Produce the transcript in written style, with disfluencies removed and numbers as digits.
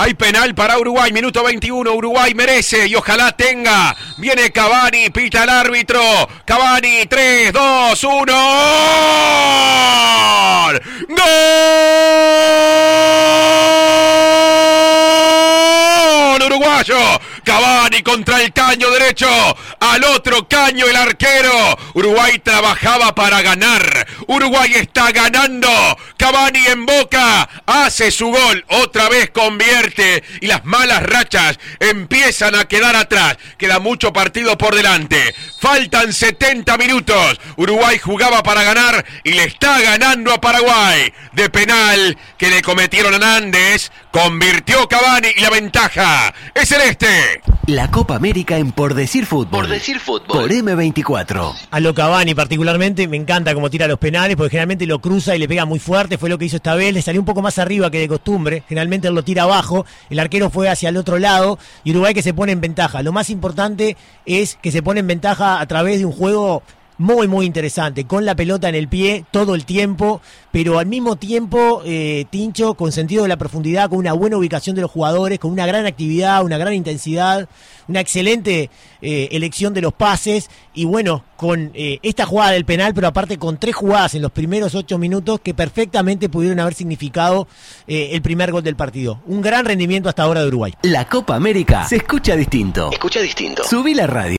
Hay penal para Uruguay, minuto 21. Uruguay merece y ojalá tenga. Viene Cavani, pita el árbitro. Cavani, 3, 2, 1. ¡Gol! ¡Gol! Uruguayo. Cavani contra el caño derecho. Al otro caño el arquero. Uruguay trabajaba para ganar. Uruguay está ganando. Cavani en Boca. Hace su gol. Otra vez convierte. Y las malas rachas empiezan a quedar atrás. Queda mucho partido por delante. Faltan 70 minutos. Uruguay jugaba para ganar y le está ganando a Paraguay. De penal que le cometieron a Nández. Convirtió Cavani y la ventaja es celeste. La Copa América en Por Decir Fútbol. Por Decir Fútbol. Por M24. A lo Cavani particularmente me encanta cómo tira los penales, porque generalmente lo cruza y le pega muy fuerte. Fue lo que hizo esta vez, le salió un poco más arriba que de costumbre. Generalmente él lo tira abajo, el arquero fue hacia el otro lado y Uruguay que se pone en ventaja. Lo más importante es que se pone en ventaja a través de un juego muy, muy interesante, con la pelota en el pie todo el tiempo, pero al mismo tiempo, Tincho, con sentido de la profundidad, con una buena ubicación de los jugadores, con una gran actividad, una gran intensidad, una excelente elección de los pases, y bueno, con esta jugada del penal, pero aparte con 3 jugadas en los primeros 8 minutos que perfectamente pudieron haber significado el primer gol del partido. Un gran rendimiento hasta ahora de Uruguay. La Copa América se escucha distinto. Escucha distinto. Subí la radio.